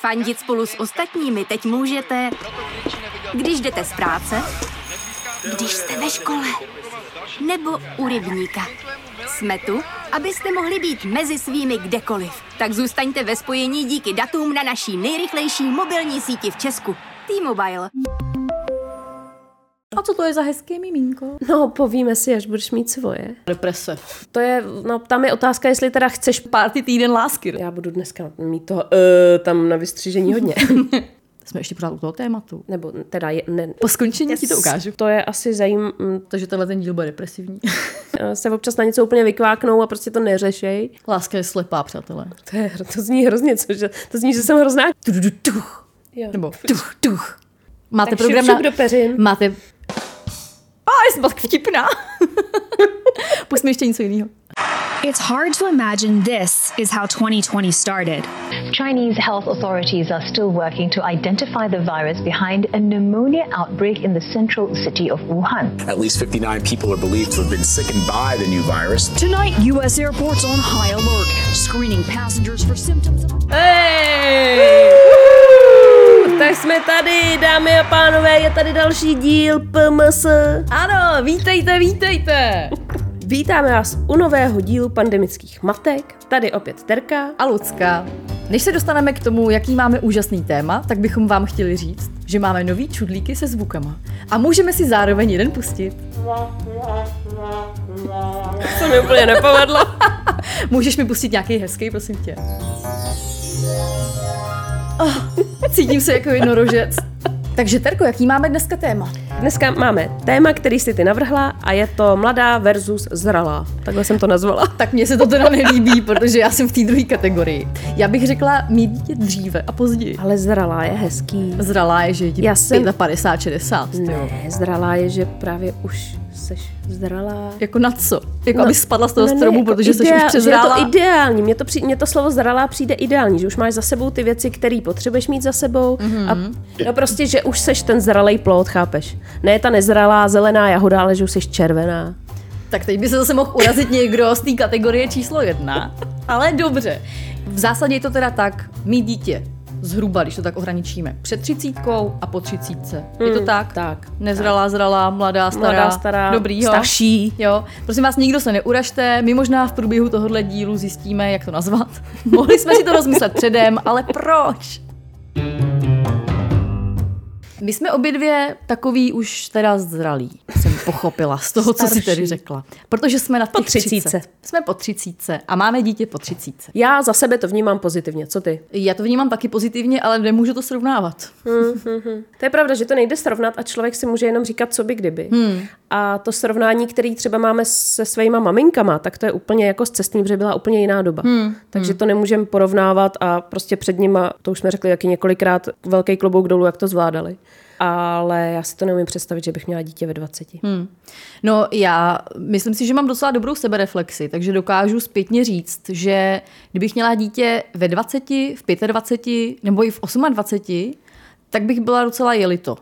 Fandit spolu s ostatními teď můžete, když jdete z práce, když jste ve škole, nebo u rybníka. Jsme tu, abyste mohli být mezi svými kdekoliv. Tak zůstaňte ve spojení díky datům na naší nejrychlejší mobilní síti v Česku. T-Mobile. A co to je za hezké mimínko? No, povíme si, až budeš mít svoje. Deprese. To je, no, tam je otázka, jestli teda chceš Party týden lásky. Já budu dneska mít toho tam na vystřížení hodně. Jsme ještě pořád u toho tématu. Nebo teda ne. Po skončení ti to ukážu. To je asi Takže tenhle ten díl bude depresivní. Se občas na něco úplně vykváknou a prostě to neřešej. Láska je slepá, přátelé. To zní hrozně, cože? To zní, že jsem hrozná. Nebo tuch. Máte tak program šup do peřin. Máte... jsem tak vtipná. Pustíme ještě něco jiného. It's hard to imagine this is how 2020 started. Chinese health authorities are still working to identify the virus behind a pneumonia outbreak in the central city of Wuhan. At least 59 people are believed to have been sickened by the new virus. Tonight, U.S. airports on high alert, screening passengers for symptoms of... Hey! Tak jsme tady, dámy a pánové, je tady další díl PMS. Ano, vítejte. Vítáme vás u nového dílu Pandemických matek. Tady opět Terka a Lucka. Než se dostaneme k tomu, jaký máme úžasný téma, tak bychom vám chtěli říct, že máme nový čudlíky se zvukama. A můžeme si zároveň jeden pustit. To mi úplně nepovedlo. Můžeš mi pustit nějaký hezký, prosím tě. Cítím se jako jednorožec. Takže Terko, jaký máme dneska téma? Dneska máme téma, který jsi ty navrhla a je to mladá versus zralá. Takhle jsem to nazvala. Tak mně se to teda nelíbí, protože já jsem v té druhé kategorii. Já bych řekla mít dítě dříve a později. Ale zralá je hezký. Zralá je, že je 50, 60. Ne, zralá je, že právě už seš zralá. Jako na co? Jako aby spadla z toho stromu, jako protože jsi už přezrála. Je to ideální. Mně to slovo zralá přijde ideální, že už máš za sebou ty věci, které potřebuješ mít za sebou. A no prostě, že už seš ten zralej plod, chápeš? Ne ta nezralá zelená jahoda, ale že už seš červená. Tak teď by se zase mohl urazit někdo z té kategorie číslo 1. Ale dobře. V zásadě je to teda tak, mít dítě zhruba, když to tak ohraničíme, před 30 a po 30. Je to tak? Tak. Nezralá, zralá, mladá, stará, dobrý, starší. Jo. Prosím vás, nikdo se neuražte, my možná v průběhu tohohle dílu zjistíme, jak to nazvat. Mohli jsme si to rozmyslet předem, ale proč? My jsme obě dvě takový už teda zralí, jsem pochopila z toho, co si tedy řekla. Protože jsme na těch 30. Jsme po 30 a máme dítě po 30. Já za sebe to vnímám pozitivně, co ty? Já to vnímám taky pozitivně, ale nemůžu to srovnávat. To je pravda, že to nejde srovnat a člověk si může jenom říkat, co by kdyby. A to srovnání, který třeba máme se svýma maminkama, tak to je úplně jako z cestní, protože byla úplně jiná doba. Takže to nemůžeme porovnávat a prostě před nima, to už jsme řekli taky několikrát, velký klobouk dolů, jak to zvládali. Ale já si to neumím představit, že bych měla dítě ve 20. No já myslím si, že mám docela dobrou sebereflexi, takže dokážu zpětně říct, že kdybych měla dítě ve 20, v 25 nebo i v 28, tak bych byla docela jelito.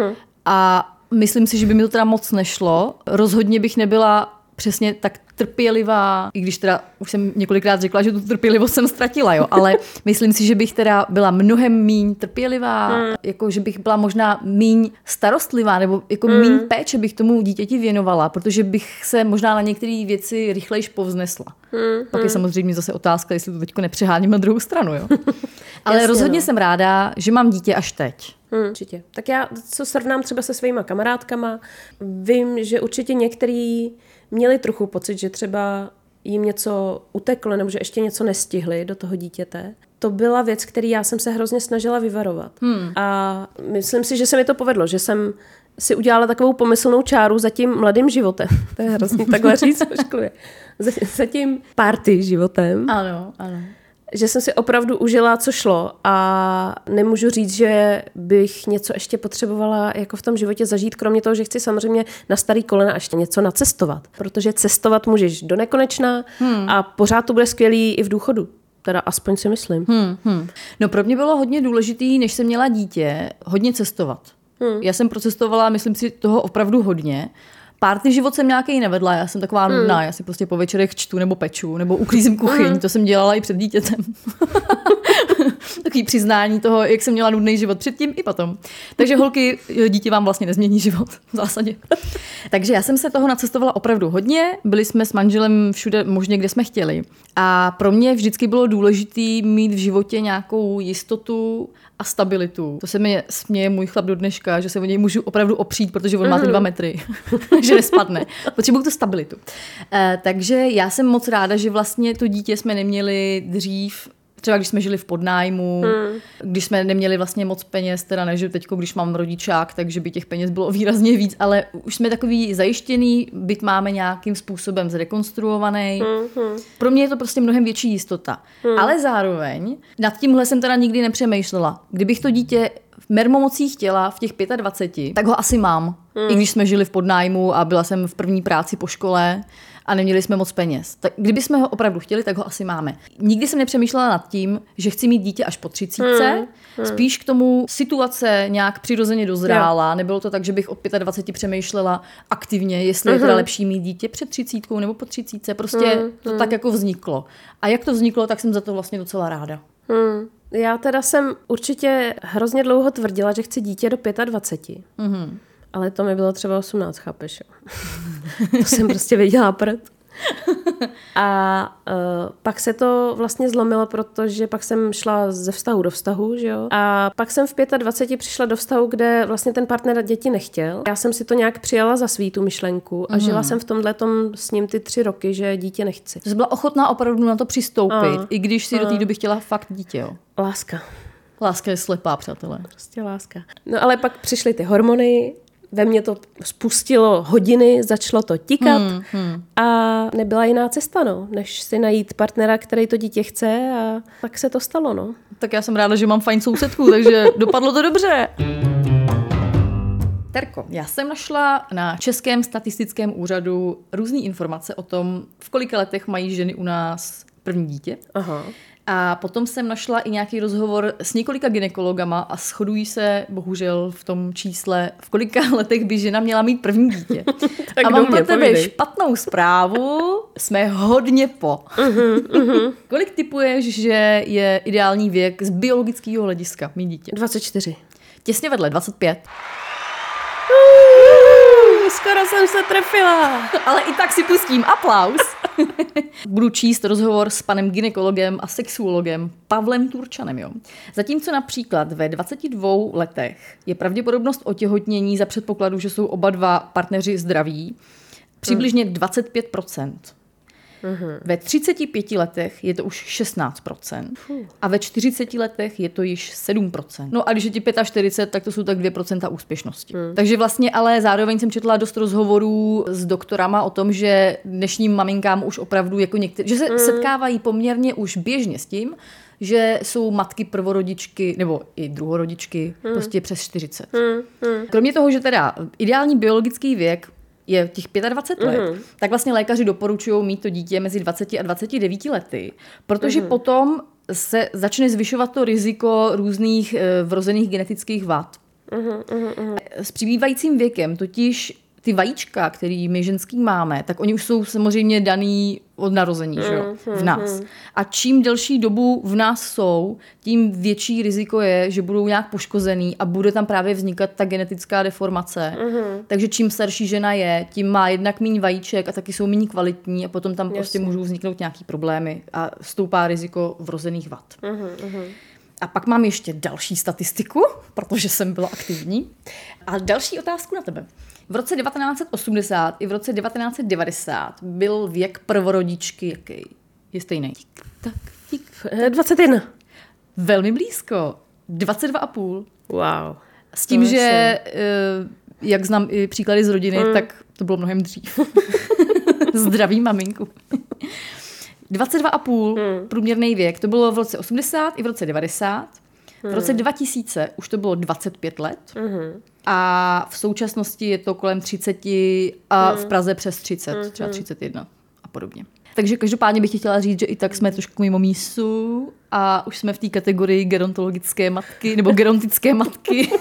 A myslím si, že by mi to teda moc nešlo. Rozhodně bych nebyla přesně tak trpělivá, i když teda už jsem několikrát řekla, že tu trpělivost jsem ztratila, jo, ale myslím si, že bych teda byla mnohem míň trpělivá, jako že bych byla možná míň starostlivá, nebo jako míň péče bych tomu dítěti věnovala, protože bych se možná na některé věci rychlejš povznesla. Pak je samozřejmě zase otázka, jestli to teďko nepřeháním na druhou stranu, jo. Ale jasně, rozhodně jsem ráda, že mám dítě až teď. Určitě. Tak já, co srovnám třeba se svýma kamarádkama, vím, že určitě některý měli trochu pocit, že třeba jim něco uteklo nebo že ještě něco nestihli do toho dítěte. To byla věc, který já jsem se hrozně snažila vyvarovat. A myslím si, že se mi to povedlo, že jsem si udělala takovou pomyslnou čáru za tím mladým životem. To je hrozně takhle říct ošklivě. Za tím party životem. Ano. Že jsem si opravdu užila, co šlo a nemůžu říct, že bych něco ještě potřebovala jako v tom životě zažít, kromě toho, že chci samozřejmě na starý kolena ještě něco nacestovat. Protože cestovat můžeš do nekonečna a pořád to bude skvělý i v důchodu. Teda aspoň si myslím. No pro mě bylo hodně důležitý, než jsem měla dítě, hodně cestovat. Já jsem procestovala, myslím si, toho opravdu hodně. Párty život jsem nějaký nevedla, já jsem taková nudná, já si prostě po večerech čtu nebo peču, nebo uklízím kuchyň, to jsem dělala i před dítětem. Takový přiznání toho, jak jsem měla nudný život předtím i potom. Takže holky, dítě vám vlastně nezmění život v zásadě. Takže já jsem se toho nacestovala opravdu hodně. Byli jsme s manželem všude možně, kde jsme chtěli. A pro mě vždycky bylo důležité mít v životě nějakou jistotu a stabilitu. To se mi směje můj chlap do dneška, že se o něj můžu opravdu opřít, protože on má ty 2 metry, že nespadne. Potřebuju tu stabilitu. Takže já jsem moc ráda, že vlastně to dítě jsme neměli dřív, třeba když jsme žili v podnájmu, když jsme neměli vlastně moc peněz, teda ne, že teďko, když mám rodičák, takže by těch peněz bylo výrazně víc, ale už jsme takový zajištěný, byt máme nějakým způsobem zrekonstruovaný. Pro mě je to prostě mnohem větší jistota. Ale zároveň nad tímhle jsem teda nikdy nepřemýšlela. Kdybych to dítě v mermomocí chtěla v těch 25, tak ho asi mám. I když jsme žili v podnájmu a byla jsem v první práci po škole a neměli jsme moc peněz. Tak kdybychom ho opravdu chtěli, tak ho asi máme. Nikdy jsem nepřemýšlela nad tím, že chci mít dítě až po 30. Spíš k tomu situace nějak přirozeně dozrála. Nebylo to tak, že bych od 25 přemýšlela aktivně, jestli je teda lepší mít dítě před 30 nebo po 30. Prostě to tak jako vzniklo. A jak to vzniklo, tak jsem za to vlastně docela ráda. Já teda jsem určitě hrozně dlouho tvrdila, že chci dítě do 25. Ale to mi bylo třeba 18, chápeš? To jsem prostě věděla prd. A pak se to vlastně zlomilo, protože pak jsem šla ze vztahu do vztahu, že jo? A pak jsem v 25 přišla do vztahu, kde vlastně ten partner děti nechtěl. Já jsem si to nějak přijala za svý tu myšlenku a žila jsem v tomhletom s ním ty 3 roky, že dítě nechci. To jsi byla ochotná opravdu na to přistoupit, i když si do té doby chtěla fakt dítě, jo? Láska. Láska je slepá, přátelé. Prostě láska. No ale pak přišly ty hormony, ve mně to spustilo hodiny, začalo to tikat a nebyla jiná cesta, no, než si najít partnera, který to dítě chce a tak se to stalo, no. Tak já jsem ráda, že mám fajn sousedku, takže dopadlo to dobře. Terko, já jsem našla na Českém statistickém úřadu různé informace o tom, v kolika letech mají ženy u nás první dítě. Aha. A potom jsem našla i nějaký rozhovor s několika gynekologama a shodují se bohužel v tom čísle, v kolika letech by žena měla mít první dítě. A mám pro tebe špatnou zprávu, jsme hodně po. Kolik tipuješ, že je ideální věk z biologického hlediska mít dítě? 24. Těsně vedle, 25. Skoro jsem se trefila. Ale i tak si pustím aplaus. Budu číst rozhovor s panem gynekologem a sexuologem Pavlem Turčanem. Jo. Zatímco například ve 22 letech je pravděpodobnost otěhotnění za předpokladu, že jsou oba dva partneři zdraví, přibližně 25%. Ve 35 letech je to už 16% a ve 40 letech je to již 7%. No a když je ti 45, tak to jsou tak 2% úspěšnosti. Takže vlastně ale zároveň jsem četla dost rozhovorů s doktorama o tom, že dnešním maminkám už opravdu jako že se setkávají poměrně už běžně s tím, že jsou matky prvorodičky nebo i druhorodičky prostě přes 40. Kromě toho, že teda ideální biologický věk je těch 25 let, tak vlastně lékaři doporučují mít to dítě mezi 20 a 29 lety, protože potom se začne zvyšovat to riziko různých vrozených genetických vad. S přibývajícím věkem totiž ty vajíčka, který my ženský máme, tak oni už jsou samozřejmě daný od narození, že jo, v nás. A čím delší dobu v nás jsou, tím větší riziko je, že budou nějak poškozený a bude tam právě vznikat ta genetická deformace. Takže čím starší žena je, tím má jednak míň vajíček a taky jsou méně kvalitní a potom tam prostě můžou vzniknout nějaký problémy a stoupá riziko vrozených vad. A pak mám ještě další statistiku, protože jsem byla aktivní. A další otázku na tebe. V roce 1980 i v roce 1990 byl věk prvorodičky jaký? Je stejný. 21. Velmi blízko. 22,5. Wow. S tím, že jak znám i příklady z rodiny, tak to bylo mnohem dřív. Zdraví maminku. 22,5 průměrný věk. To bylo v roce 80 i v roce 90. V roce 2000 už to bylo 25 let. A v současnosti je to kolem 30 a v Praze přes 30, třeba 31 a podobně. Takže každopádně bych chtěla říct, že i tak jsme trošku mimo mísu a už jsme v té kategorii gerontologické matky nebo gerontické matky.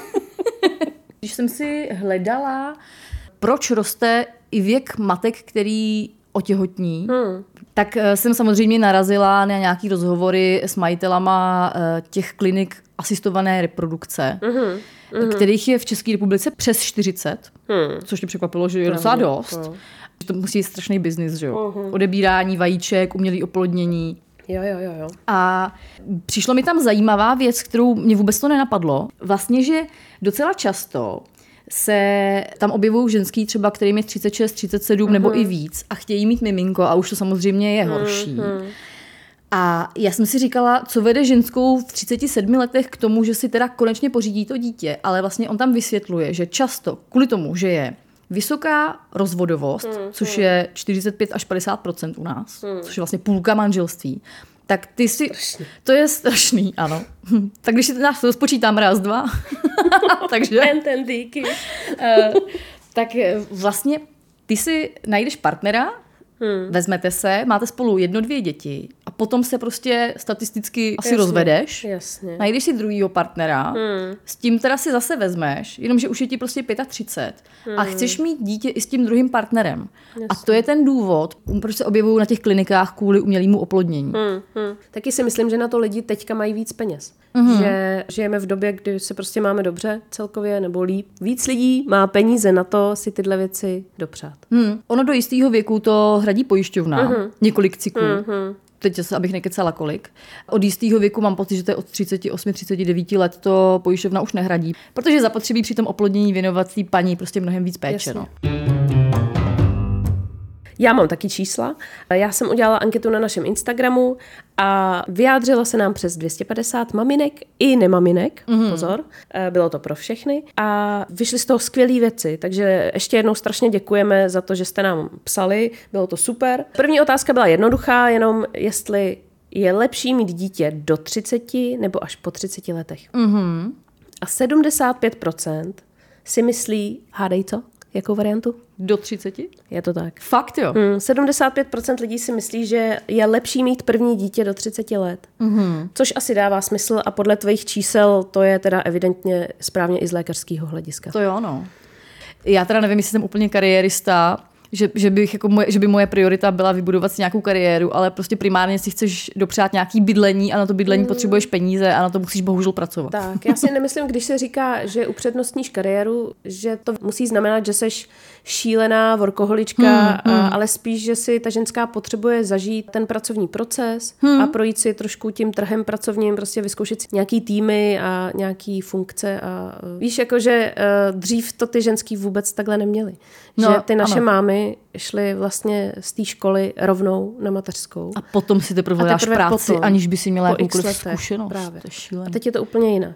Když jsem si hledala, proč roste i věk matek, který otěhotní, tak jsem samozřejmě narazila na nějaký rozhovory s majitelama těch klinik asistované reprodukce, kterých je v České republice přes 40, což mě překvapilo, že je docela dost. To musí být strašný biznis, že jo? Odebírání vajíček, umělé oplodnění. Jo. A přišlo mi tam zajímavá věc, kterou mě vůbec to nenapadlo. Vlastně, že docela často se tam objevují ženský třeba, kterým je 36, 37 nebo i víc a chtějí mít miminko a už to samozřejmě je horší. A já jsem si říkala, co vede ženskou v 37 letech k tomu, že si teda konečně pořídí to dítě, ale vlastně on tam vysvětluje, že často kvůli tomu, že je vysoká rozvodovost, což je 45 až 50% u nás, což je vlastně půlka manželství, tak ty si... To je strašný, ano. Tak když si nás rozpočítám raz, dva, takže... Ten díky. Tak vlastně ty si najdeš partnera, vezmete se, máte spolu 1-2 děti a potom se prostě statisticky asi rozvedeš. Jasně. Najdeš si druhýho partnera, s tím teda si zase vezmeš, jenomže už je ti prostě 35 a chceš mít dítě i s tím druhým partnerem. Jasně. A to je ten důvod, proč se objevují na těch klinikách kvůli umělému oplodnění. Taky si myslím, že na to lidi teďka mají víc peněz. Že žijeme v době, kdy se prostě máme dobře celkově nebo líp. Víc lidí má peníze na to si tyhle věci dopřát. Ono do jistého věku to hradí pojišťovna, několik cyklů. Teď zase, abych nekecala kolik. Od jistého věku mám pocit, že to je od 38-39 let to pojišťovna už nehradí, protože zapotřebí při tom oplodnění věnovat té paní prostě mnohem víc péče. No. Já mám taky čísla. Já jsem udělala anketu na našem Instagramu a vyjádřilo se nám přes 250 maminek i nemaminek. Pozor, bylo to pro všechny. A vyšly z toho skvělé věci, takže ještě jednou strašně děkujeme za to, že jste nám psali. Bylo to super. První otázka byla jednoduchá, jenom jestli je lepší mít dítě do 30 nebo až po 30 letech. A 75% si myslí, hádej co? Jakou variantu? Do 30? Je to tak. Fakt jo? 75% lidí si myslí, že je lepší mít první dítě do 30 let. Což asi dává smysl a podle tvých čísel to je teda evidentně správně i z lékařského hlediska. To jo, no. Já teda nevím, jestli jsem úplně kariérista, že by moje priorita byla vybudovat si nějakou kariéru, ale prostě primárně si chceš dopřát nějaký bydlení a na to bydlení potřebuješ peníze a na to musíš bohužel pracovat. Tak, já si nemyslím, když se říká, že upřednostníš kariéru, že to musí znamenat, že seš šílená workoholička, ale spíš, že si ta ženská potřebuje zažít ten pracovní proces a projít si trošku tím trhem pracovním, prostě vyzkoušet si nějaký týmy a nějaký funkce a víš, jakože dřív to ty ženský vůbec takhle neměly. Že ty naše mámy šly vlastně z té školy rovnou na mateřskou. A potom si teprve dáš práci, potom, aniž by si měla jakoukoliv zkušenost. Právě. A teď je to úplně jinak.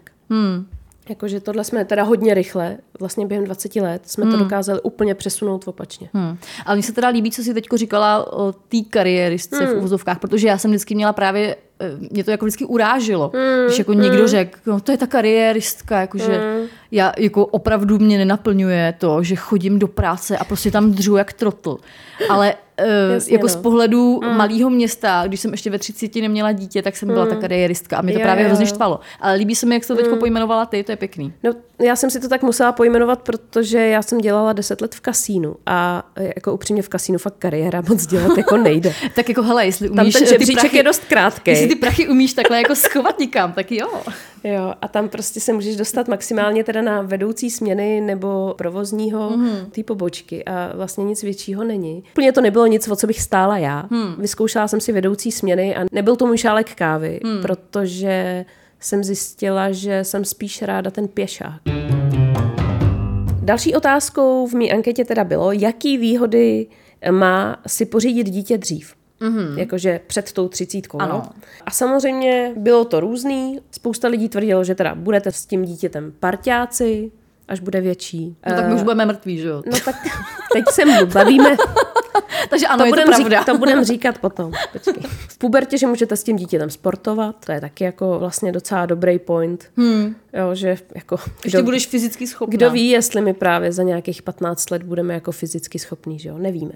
Jakože tohle jsme teda hodně rychle, vlastně během 20 let jsme to dokázali úplně přesunout opačně. Ale mně se teda líbí, co jsi teďko říkala o té kariéristce v uvozovkách, protože já jsem vždycky měla právě, mě to jako vždycky urážilo, když jako někdo řekl, no to je ta kariéristka, jakože já jako opravdu mě nenaplňuje to, že chodím do práce a prostě tam dřu jak trotl. Ale jasně, jako z pohledu malého města, když jsem ještě ve 30 neměla dítě, tak jsem byla ta kariéristka a mě to právě hrozně štvalo. Ale líbí se mi, jak jsi to teďko pojmenovala ty, to je pěkný. No, já jsem si to tak musela pojmenovat, protože já jsem dělala 10 let v kasínu a jako upřímně v kasínu fakt kariéra moc dělat jako nejde. Tak jako hele, jestli umíš... Tam ten žebříček je dost krátký. Jestli ty prachy umíš takhle jako schovat nikam, tak jo. Jo, a tam prostě se můžeš dostat maximálně teda na vedoucí směny nebo provozního té pobočky a vlastně nic většího není. Úplně to nebylo nic, o co bych stála já. Vyzkoušela jsem si vedoucí směny a nebyl to můj šálek kávy, protože jsem zjistila, že jsem spíš ráda ten pěšák. Další otázkou v mé anketě teda bylo, jaký výhody má si pořídit dítě dřív. Jakože před tou 30. Ano. A samozřejmě bylo to různý. Spousta lidí tvrdilo, že teda budete s tím dítětem parťáci, až bude větší. No tak my už budeme mrtví, že jo? No tak teď se bavíme. Takže ano, je to pravda. To budeme říkat potom. Počkej. V pubertě, že můžete s tím dítětem sportovat, to je taky jako vlastně docela dobrý point. Jo, že jako... Ještě budeš fyzicky schopná. Kdo ví, jestli my právě za nějakých 15 let budeme jako fyzicky schopní, že jo? Nevíme.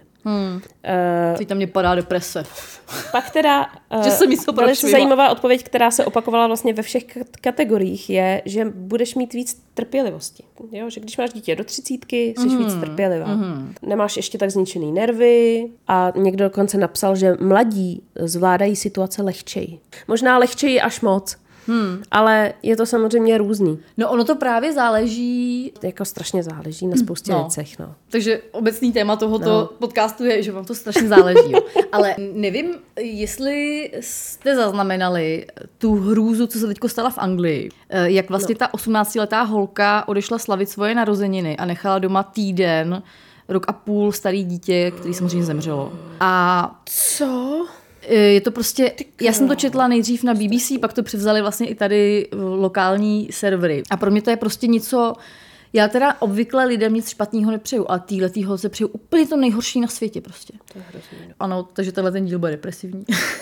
Teď tam mě padá deprese. Pak teda že jsem něco velice zajímavá odpověď, která se opakovala vlastně ve všech kategoriích, je, že budeš mít víc trpělivosti. Jo? Že když máš dítě do 30, jsi víc trpělivá. Nemáš ještě tak zničený nervy a někdo dokonce napsal, že mladí zvládají situace lehčeji. Možná lehčeji až moc. Ale je to samozřejmě různý. No ono to právě záleží... Jako strašně záleží na spoustě věcech. No. Takže obecný téma tohoto podcastu je, že vám to strašně záleží. Jo. Ale nevím, jestli jste zaznamenali tu hrůzu, co se teďko stala v Anglii. Jak vlastně ta 18letá holka odešla slavit svoje narozeniny a nechala doma týden, rok a půl starý dítě, který samozřejmě zemřelo. A... Co? Je to prostě, já jsem to četla nejdřív na BBC, pak to převzali vlastně i tady lokální servery. A pro mě to je prostě něco, já teda obvykle lidem nic špatného nepřeju, ale týhletýho se přeju úplně to nejhorší na světě prostě. To je hrozný. Ano, takže tenhle ten díl bude depresivní.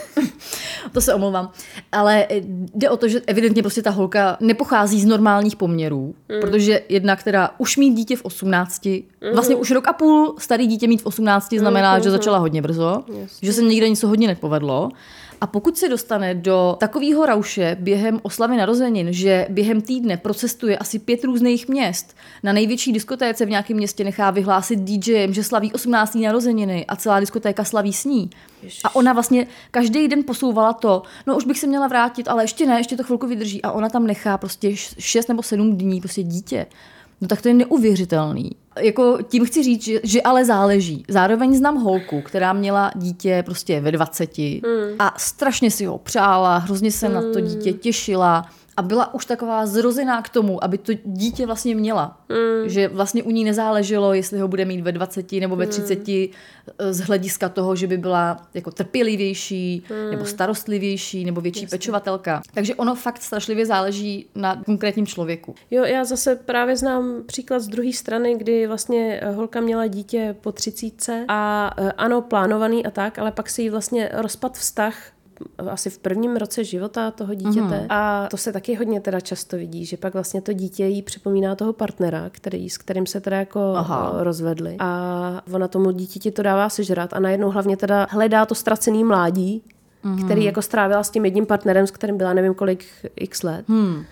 To se omlouvám. Ale jde o to, že evidentně prostě ta holka nepochází z normálních poměrů, protože jedna, která už mít dítě v 18, vlastně už rok a půl starý dítě mít v 18 znamená, že začala hodně brzo, že se někde něco hodně nepovedlo. A pokud se dostane do takového rauše během oslavy narozenin, že během týdne procestuje asi 5 různých měst, na největší diskotéce v nějakém městě nechá vyhlásit DJem, že slaví 18. narozeniny a celá diskotéka slaví s ní. A ona vlastně každý den posouvala to, no už bych se měla vrátit, ale ještě ne, ještě to chvilku vydrží. A ona tam nechá prostě 6 nebo 7 dní prostě dítě. No tak to je neuvěřitelný. Jako tím chci říct, že ale záleží. Zároveň znám holku, která měla dítě prostě ve 20 a strašně si ho přála, hrozně se na to dítě těšila a byla už taková zrozená k tomu, aby to dítě vlastně měla. Že vlastně u ní nezáleželo, jestli ho bude mít ve 20 nebo ve 30 z hlediska toho, že by byla jako trpělivější nebo starostlivější nebo větší pečovatelka. Takže ono fakt strašlivě záleží na konkrétním člověku. Jo, já zase právě znám příklad z druhé strany, kdy vlastně holka měla dítě po 30 a ano, plánovaný a tak, ale pak si jí vlastně rozpad vztah asi v prvním roce života toho dítěte. A to se taky hodně teda často vidí, že pak vlastně to dítě jí připomíná toho partnera, s kterým se teda jako rozvedli. A ona tomu dítěti to dává sežrat a najednou hlavně teda hledá to ztracený mládí, který jako strávila s tím jedním partnerem, s kterým byla nevím kolik x let.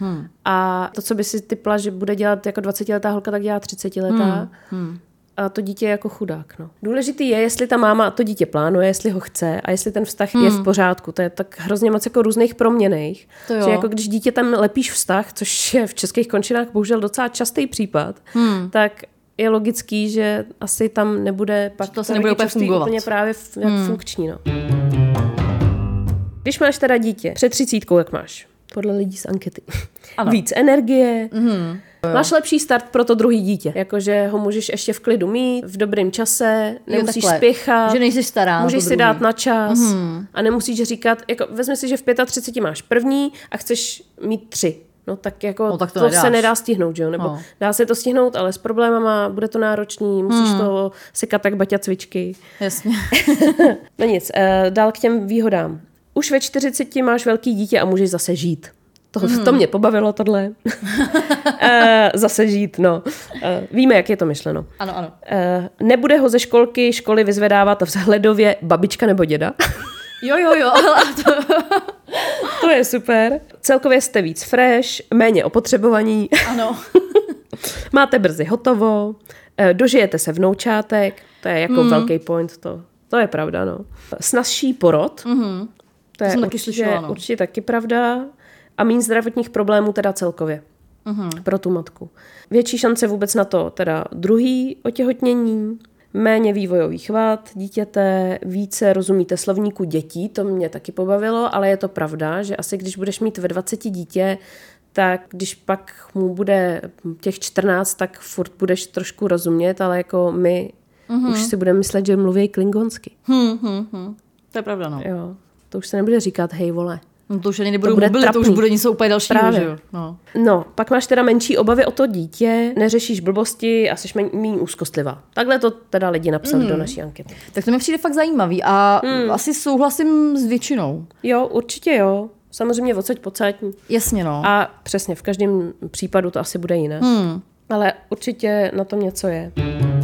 A to, co by si typla, že bude dělat jako 20letá holka, tak dělá 30letá. A to dítě je jako chudák. No. Důležitý je, jestli ta máma to dítě plánuje, jestli ho chce a jestli ten vztah je v pořádku. To je tak hrozně moc jako různých proměnných. Že jako když dítě tam lepíš vztah, což je v českých končinách bohužel docela častý případ, tak je logický, že asi tam nebude pak to se nebude úplně fungovat. Úplně právě funkční. No. Když máš teda dítě před 30, jak máš? Podle lidí z ankety. Ano. Víc energie, máš lepší start pro to druhý dítě. Jakože ho můžeš ještě v klidu mít, v dobrém čase, nemusíš spěchat. Že nejsi stará. Můžeš si dát na čas a nemusíš říkat, jako vezmi si, že v 35 máš první a chceš mít 3. No tak jako tak to se nedá stihnout, že jo? Nebo dá se to stihnout, ale s problémama, bude to náročný, musíš to sekat tak baťa cvičky. Jasně. No nic, dál k těm výhodám. Už ve 40 máš velký dítě a můžeš zase žít. To mě pobavilo tohle. Zase žít, no. Víme, jak je to myšleno. Ano. Nebude ho ze školy vyzvedávat vzhledově babička nebo děda. Jo. To je super. Celkově jste víc fresh, méně opotřebovaní. Ano. Máte brzy hotovo. Dožijete se vnoučátek. To je jako velký point. To je pravda, no. Snazší porod. To je určitě taky pravda. A méně zdravotních problémů teda celkově pro tu matku. Větší šance vůbec na to teda druhý otěhotnění, méně vývojových vad dítěte, více rozumíte slovníku dětí, to mě taky pobavilo, ale je to pravda, že asi když budeš mít ve 20 dítě, tak když pak mu bude těch 14, tak furt budeš trošku rozumět, ale jako my už si budeme myslet, že mluví klingonsky. To je pravda, no. Jo, to už se nebude říkat hej vole. No to už ani nebudou mobily, to už bude něco úplně dalšího, že jo? No, pak máš teda menší obavy o to dítě, neřešíš blbosti a jsi méně úzkostlivá. Takhle to teda lidi napsali do naší ankety. Tak to mi přijde fakt zajímavý a asi souhlasím s většinou. Jo, určitě jo. Samozřejmě odsaď pocať. Jasně, no. A přesně, v každém případu to asi bude jiné. Ale určitě na tom něco je.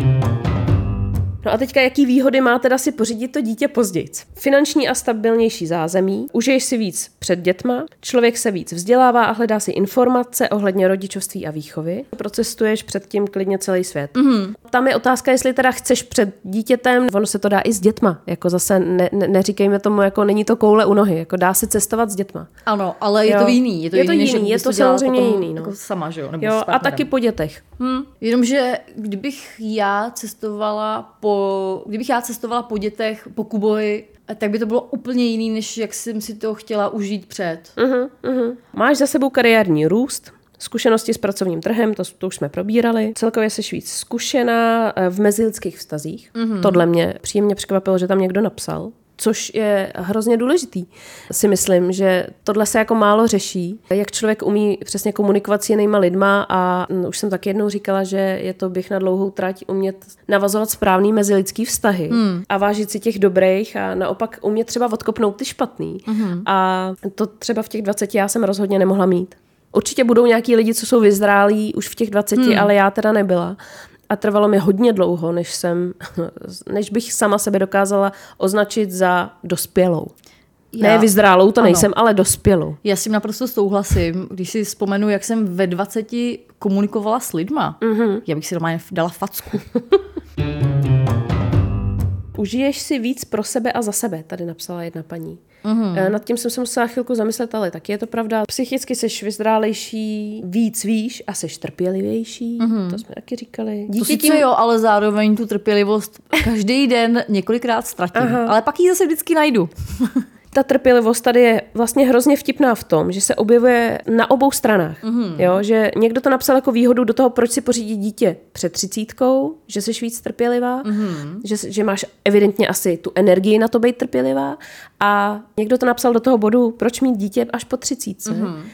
No a teďka, jaký výhody má teda si pořídit to dítě později? Finanční a stabilnější zázemí, užiješ si víc před dětma, člověk se víc vzdělává a hledá si informace ohledně rodičovství a výchovy. Procestuješ předtím klidně celý svět. Tam je otázka, jestli teda chceš před dítětem, ono se to dá i s dětma, jako zase neříkejme tomu, jako není to koule u nohy, jako dá se cestovat s dětma. Ano, ale je to jiný. Je to jiný, je to samozřejmě jiný. No. Jako sama, že jo? Nebo jo, a taky po dětech. Jenomže kdybych já cestovala po dětech, po Kubovi, tak by to bylo úplně jiný, než jak jsem si to chtěla užít před. Máš za sebou kariérní růst, zkušenosti s pracovním trhem, to už jsme probírali. Celkově jsi víc zkušená v mezilidských vztazích. Tohle mě příjemně překvapilo, že tam někdo napsal. Což je hrozně důležitý. Si myslím, že tohle se jako málo řeší, jak člověk umí přesně komunikovat s jinýma lidma a už jsem taky jednou říkala, že je to běh na dlouhou trať umět navazovat správný mezilidský vztahy a vážit si těch dobrých a naopak umět třeba odkopnout ty špatný. A to třeba v těch 20 já jsem rozhodně nemohla mít. Určitě budou nějaký lidi, co jsou vyzrálí už v těch 20, ale já teda nebyla. A trvalo mi hodně dlouho, než bych sama sebe dokázala označit za dospělou. Ne vyzrálou, to nejsem, ale dospělou. Já s tím naprosto souhlasím. Když si vzpomenu, jak jsem ve 20 komunikovala s lidma, já bych si normálně dala facku. Užiješ si víc pro sebe a za sebe, tady napsala jedna paní. Nad tím jsem se musela chvilku zamyslet, ale taky je to pravda. Psychicky seš vyzrálejší, víc víš a seš trpělivější. To jsme taky říkali. Jo, ale zároveň tu trpělivost každý den několikrát ztratím. Ale pak ji zase vždycky najdu. Ta trpělivost tady je vlastně hrozně vtipná v tom, že se objevuje na obou stranách. Jo, že někdo to napsal jako výhodu do toho, proč si pořídit dítě před 30, že jsi víc trpělivá, že máš evidentně asi tu energii na to být trpělivá a někdo to napsal do toho bodu, proč mít dítě až po 30.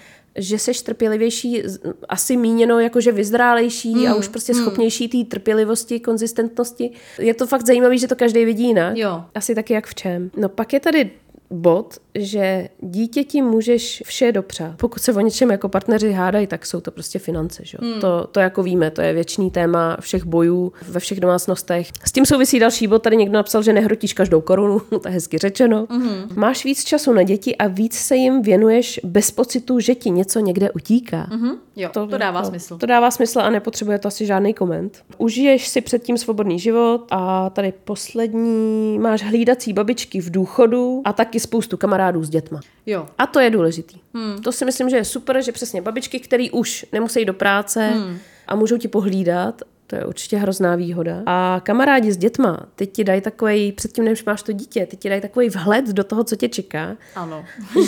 Že seš trpělivější, asi míněno jakože vyzrálejší a už prostě schopnější té trpělivosti, konzistentnosti. Je to fakt zajímavé, že to každý vidí jinak. Jo. Asi taky jak v čem. No pak je tady bod, že dítěti můžeš vše dopřát. Pokud se o něčem jako partneři hádají, tak jsou to prostě finance. Že? To jako víme, to je věčný téma všech bojů ve všech domácnostech. S tím souvisí další bod, tady někdo napsal, že nehrotíš každou korunu, to je hezky řečeno. Máš víc času na děti a víc se jim věnuješ bez pocitu, že ti něco někde utíká. Jo, to dává smysl. To dává smysl a nepotřebuje to asi žádný koment. Užiješ si předtím svobodný život a tady poslední, máš hlídací babičky v důchodu a taky spoustu kamarádů s dětma. Jo. A to je důležitý. To si myslím, že je super, že přesně babičky, který už nemusí jít do práce a můžou ti pohlídat, to je určitě hrozná výhoda. A kamarádi s dětma, teď ti dají takovej, předtím než máš to dítě, teď ti dají takovej vhled do toho, co tě čeká. Ano.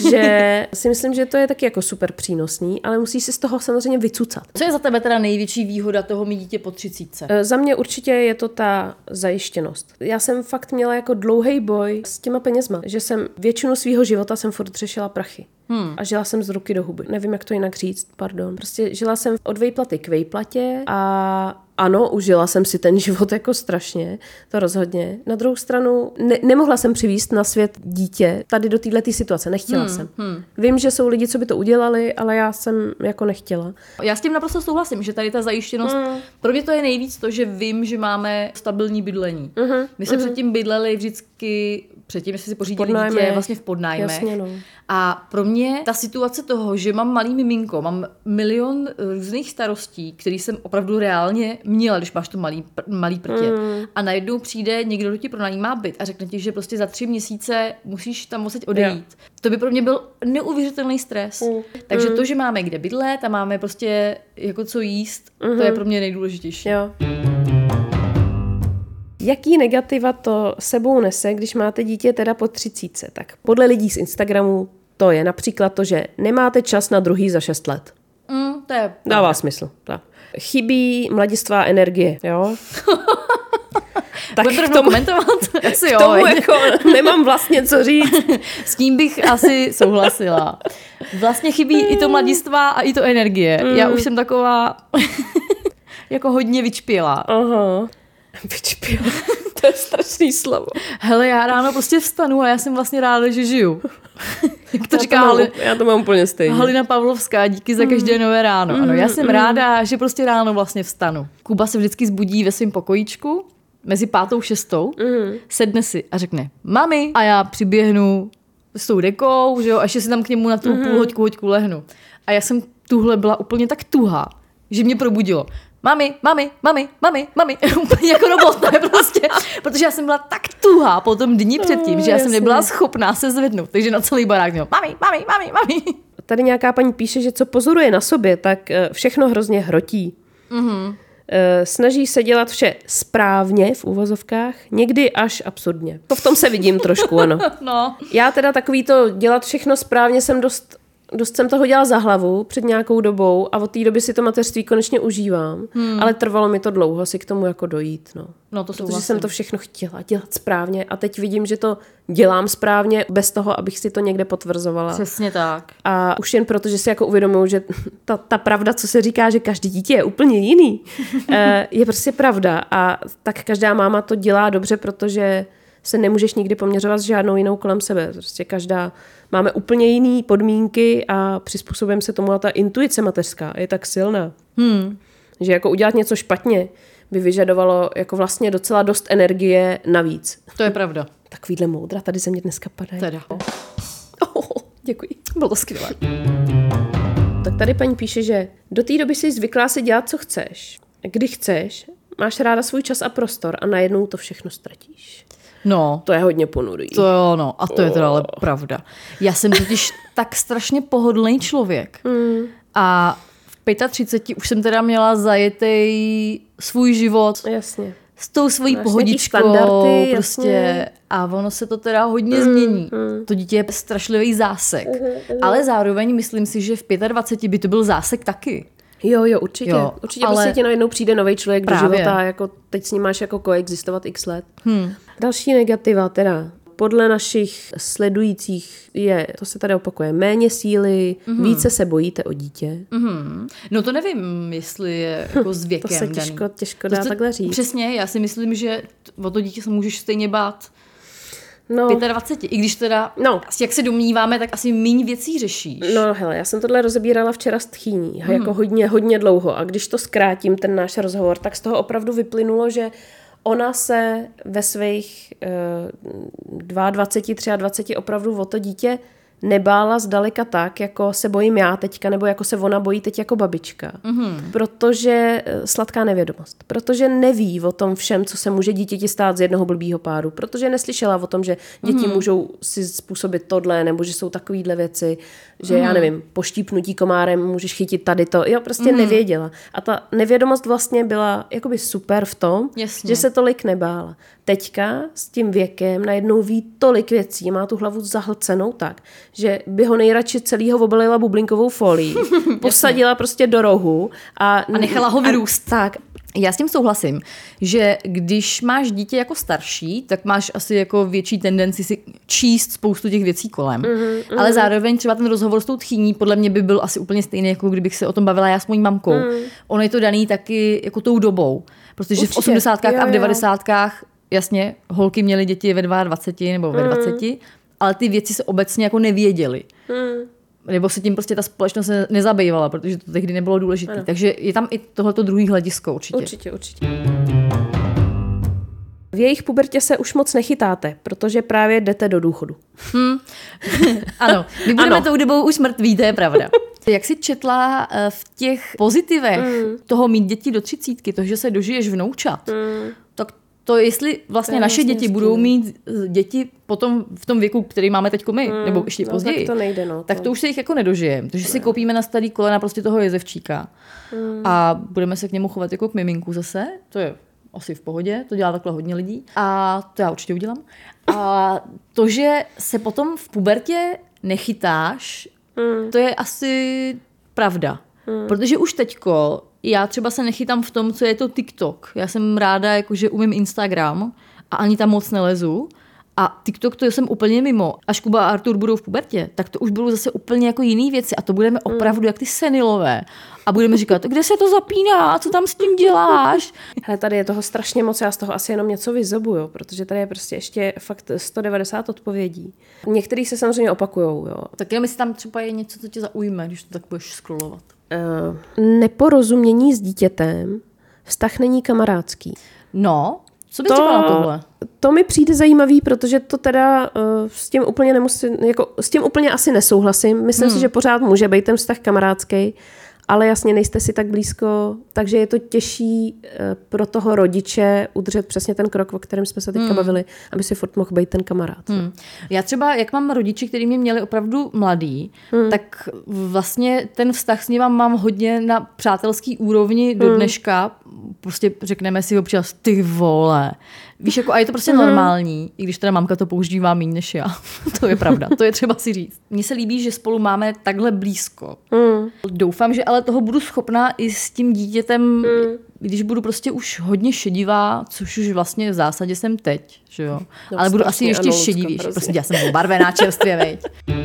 Že si myslím, že to je taky jako super přínosný, ale musíš si z toho samozřejmě vycucat. Co je za tebe teda největší výhoda toho mít dítě po 30? Za mě určitě je to ta zajištěnost. Já jsem fakt měla jako dlouhý boj s těma penězma, že jsem většinu svého života jsem furt řešila prachy. A žila jsem z ruky do huby. Nevím, jak to jinak říct, pardon. Prostě žila jsem od výplaty k výplatě a ano, užila jsem si ten život jako strašně, to rozhodně. Na druhou stranu nemohla jsem přivést na svět dítě tady do této situace, nechtěla jsem. Vím, že jsou lidi, co by to udělali, ale já jsem jako nechtěla. Já s tím naprosto souhlasím, že tady ta zajištěnost, pro mě to je nejvíc to, že vím, že máme stabilní bydlení. My jsme předtím bydleli vždycky, předtím, než jsme si pořídili dítě, vlastně v podnájmech. Jasně, no. A pro mě ta situace toho, že mám malý miminko, mám milion různých starostí, který jsem opravdu reálně měla, když máš to malý prtě. A najednou přijde někdo, kdo ti pronajímá byt a řekne ti, že prostě za 3 měsíce musíš tam muset odejít. Jo. To by pro mě byl neuvěřitelný stres. Takže to, že máme kde bydlet a máme prostě jako co jíst, to je pro mě nejdůležitější. Jo. Jaký negativa to sebou nese, když máte dítě teda po 30? Tak podle lidí z Instagramu to je například to, že nemáte čas na druhý za 6 let. To je dává smysl. Tak. Chybí mladistvá energie, jo? Tak k tomu komentovat? Asi k tomu jako nemám vlastně co říct. S tím bych asi souhlasila. Vlastně chybí i to mladistvá a i to energie. Já už jsem taková jako hodně vyčpělá. Aha. Vyčpělá. To je strašný slovo. Hele, já ráno prostě vstanu a já jsem vlastně ráda, že žiju. Jak to říká Já to mám úplně stejně. Halina Pavlovská, díky za každé nové ráno. Ano, já jsem ráda, že prostě ráno vlastně vstanu. Kuba se vždycky zbudí ve svém pokojíčku mezi 5. a 6. Sedne si a řekne mami a já přiběhnu s tou dekou, že jo, a ještě si tam k němu na tu hoďku lehnu. A já jsem tuhle byla úplně tak tuhá, že mě probudilo. Mami, úplně jako robot, ne, prostě, protože já jsem byla tak tuhá po tom dni předtím, že já jsem nebyla schopná se zvednout, takže na celý barák měl mami. Tady nějaká paní píše, že co pozoruje na sobě, tak všechno hrozně hrotí. Snaží se dělat vše správně v uvozovkách, někdy až absurdně. To v tom se vidím trošku, ano. No. Já teda takový to dělat všechno správně jsem dost jsem toho dělala za hlavu před nějakou dobou a od té doby si to mateřství konečně užívám, ale trvalo mi to dlouho si k tomu jako dojít. No to protože jsem to všechno chtěla dělat správně a teď vidím, že to dělám správně bez toho, abych si to někde potvrzovala. Přesně tak. A už jen proto, že si jako uvědomuji, že ta pravda, co se říká, že každý dítě je úplně jiný, je prostě pravda a tak každá máma to dělá dobře, protože se nemůžeš nikdy poměřovat s žádnou jinou kolem sebe. Prostě každá máme úplně jiné podmínky a přizpůsobujeme se tomu a ta intuice mateřská je tak silná. Že jako udělat něco špatně by vyžadovalo jako vlastně docela dost energie navíc. To je pravda. Takovýhle moudra tady ze mě dneska padají. Teda. Děkuji. Bylo to skvělé. Tak tady paní píše, že do té doby jsi zvyklá si dělat, co chceš. Kdy chceš, máš ráda svůj čas a prostor a najednou to všechno ztratíš. No. To je hodně ponurý. To jo, no. A to je teda ale pravda. Já jsem totiž tak strašně pohodlný člověk. A v 35 už jsem teda měla zajetej svůj život. Jasně. S tou svojí pohodičkou. Standardy, prostě. Jasně. A ono se to teda hodně změní. To dítě je strašlivý zásek. Ale zároveň myslím si, že v 25 by to byl zásek taky. Jo, určitě. Určitě ale prostě ti najednou přijde nový člověk právě do života, jako teď s ním máš jako koexistovat x let. Další negativa teda. Podle našich sledujících je, to se tady opakuje, méně síly, více se bojíte o dítě. No to nevím, jestli je jako s věkem To se těžko dá takhle říct. Přesně, já si myslím, že o to dítě se můžeš stejně bát. No. 25, i když teda, jak se domníváme, tak asi méně věcí řešíš. No hele, já jsem tohle rozebírala včera s tchýní, jako hodně dlouho a když to zkrátím, ten náš rozhovor, tak z toho opravdu vyplynulo, že ona se ve svých 22, 23 opravdu o to dítě nebála zdaleka tak, jako se bojím já teďka, nebo jako se ona bojí teď jako babička. Protože sladká nevědomost. Protože neví o tom všem, co se může dítěti stát z jednoho blbýho pádu. Protože neslyšela o tom, že děti můžou si způsobit tohle, nebo že jsou takovýhle věci, že já nevím, po štípnutí komárem můžeš chytit tady to. Jo, prostě nevěděla. A ta nevědomost vlastně byla jakoby super v tom, že se tolik nebála. Teďka s tím věkem najednou ví tolik věcí, má tu hlavu zahlcenou tak, že by ho nejradši celýho obalila bublinkovou folií, posadila prostě do rohu a nechala ho vyrůst. Tak. Já s tím souhlasím, že když máš dítě jako starší, tak máš asi jako větší tendenci si číst spoustu těch věcí kolem. Ale zároveň třeba ten rozhovor s tou tchýní podle mě by byl asi úplně stejný, jako kdybych se o tom bavila já s mojí mamkou. Ono je to daný taky jako tou dobou, protože určitě. V 80kách a v 90kách jasně, holky měly děti ve 22 nebo ve 20, ale ty věci se obecně jako nevěděly. Nebo se tím prostě ta společnost nezabývala, protože to tehdy nebylo důležité. Ano. Takže je tam i tohleto druhý hledisko určitě. Určitě. V jejich pubertě se už moc nechytáte, protože právě jdete do důchodu. Ano, my budeme tou dobou už mrtví, to je pravda. Jak jsi četla v těch pozitivech toho mít děti do 30, to, že se dožiješ vnoučat, tak to, jestli vlastně naše děti budou mít děti potom v tom věku, který máme teď my, nebo ještě později, tak to nejde, tak to už se jich jako nedožijeme. Takže si koupíme na starý kolena prostě toho jezevčíka a budeme se k němu chovat jako k miminku zase. To je asi v pohodě, to dělá takhle hodně lidí a to já určitě udělám. A to, že se potom v pubertě nechytáš, to je asi pravda. Protože už teďko já třeba se nechytám v tom, co je to TikTok. Já jsem ráda, jakože umím Instagram a ani tam moc nelezu. A TikTok to jsem úplně mimo. Až Kuba a Artur budou v pubertě, tak to už budou zase úplně jako jiný věci a to budeme opravdu jak ty senilové. A budeme říkat, kde se to zapíná, co tam s tím děláš? Hele, tady je toho strašně moc, já z toho asi jenom něco vyzobuju, protože tady je prostě ještě fakt 190 odpovědí. Některý se samozřejmě opakujou, jo. Tak jenom jestli tam třeba je něco, co tě zaujme, když to tak budeš scrollovat. Neporozumění s dítětem, vztah není kamarádský. No, co bys řekla na tohle? To mi přijde zajímavý, protože to teda s tím úplně s tím úplně asi nesouhlasím. Myslím si, že pořád může být ten vztah kamarádský, ale jasně nejste si tak blízko, takže je to těžší pro toho rodiče udržet přesně ten krok, o kterém jsme se teďka bavili, aby si furt mohl být ten kamarád. Já třeba, jak mám rodiče, kteří mě měli opravdu mladý, tak vlastně ten vztah s nima mám hodně na přátelský úrovni do dneška. Prostě řekneme si občas, ty vole. Víš, jako, a je to prostě normální, i když teda mamka to používá méně než já. To je pravda, to je třeba si říct. Mně se líbí, že spolu máme takhle blízko. Doufám, že ale toho budu schopná i s tím dítětem, když budu prostě už hodně šedivá, což už vlastně v zásadě jsem teď, že jo. No, ale budu asi ještě šedivější. Prostě já jsem obarvená čerstvě, veď.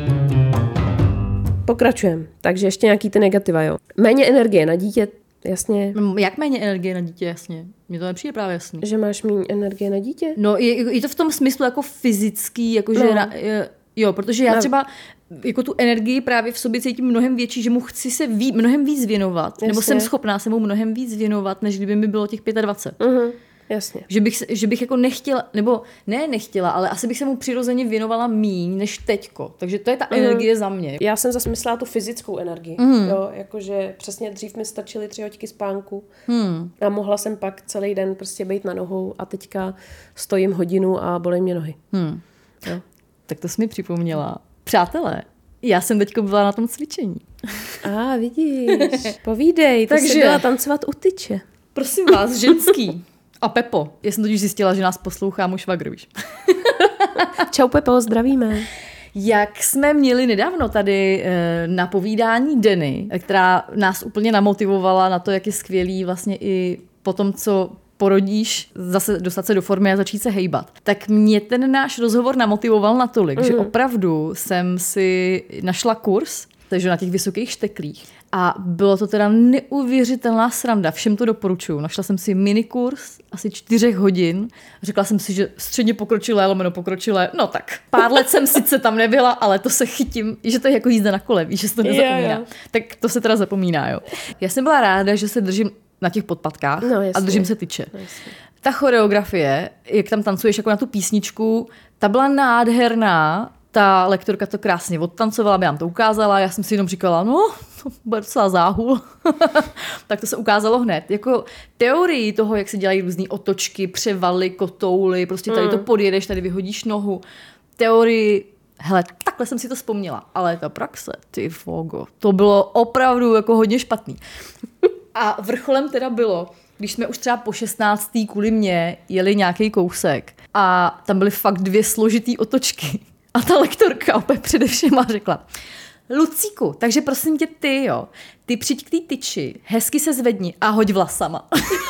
Pokračujeme. Takže ještě nějaký ty negativa, jo. Méně energie na dítě, jasně. Jak méně energie na dítě, jasně? Mně to nepřijde právě jasný. Že máš méně energie na dítě? No, je to v tom smyslu jako fyzický, jakože jo, protože já třeba jako tu energii právě v sobě cítím mnohem větší, že mu chci se mnohem víc věnovat, jasně. Nebo jsem schopná se mu mnohem víc věnovat, než kdyby mi bylo těch 25. Jasně. Že bych jako nechtěla, nebo ne nechtěla, ale asi bych se mu přirozeně věnovala míň než teďko. Takže to je ta energie za mě. Já jsem zase myslela tu fyzickou energii. Jo, jakože přesně dřív mi stačily 3 hodiny spánku a mohla jsem pak celý den prostě být na nohou a teďka stojím hodinu a bolí mě nohy. Jo. Tak to jsi mi připomněla. Přátelé, já jsem teďko byla na tom cvičení. Vidíš. Povídej, ty jsi byla tancovat u tyče. Prosím vás, ženský. A Pepo. Já jsem totiž zjistila, že nás poslouchá můj švagr, víš. Čau Pepo, zdravíme. Jak jsme měli nedávno tady na povídání Denny, která nás úplně namotivovala na to, jak je skvělý vlastně i po tom, co porodíš, zase dostat se do formy a začít se hejbat. Tak mě ten náš rozhovor namotivoval natolik, že opravdu jsem si našla kurz, takže na těch vysokých šteklích. A bylo to teda neuvěřitelná sranda. Všem to doporučuju. Našla jsem si minikurs asi 4 hodin. Řekla jsem si, že středně pokročilé, lomeno pokročilé. No tak, pár let jsem sice tam nebyla, ale to se chytím, že to je jako jízda na kole, víš, že se to nezapomíná. Jo. Tak to se teda zapomíná, jo. Já jsem byla ráda, že se držím na těch podpatkách a držím se tyče. Ta choreografie, jak tam tancuješ jako na tu písničku, ta byla nádherná. Ta lektorka to krásně odtancovala, by nám to ukázala, já jsem si jenom říkala, no, to bude docela záhul. Tak to se ukázalo hned. Jako teorii toho, jak se dělají různý otočky, převaly, kotouly, prostě tady to podjedeš, tady vyhodíš nohu. Teorii, hele, takhle jsem si to vzpomněla, ale ta praxe, ty fogo, to bylo opravdu jako hodně špatný. A vrcholem teda bylo, když jsme už třeba po 16. kvůli mě jeli nějaký kousek a tam byly fakt 2 složitý otočky. A ta lektorka opět především řekla, Lucíku, takže prosím tě ty přijď k té tyči, hezky se zvedni a hoď vlasama.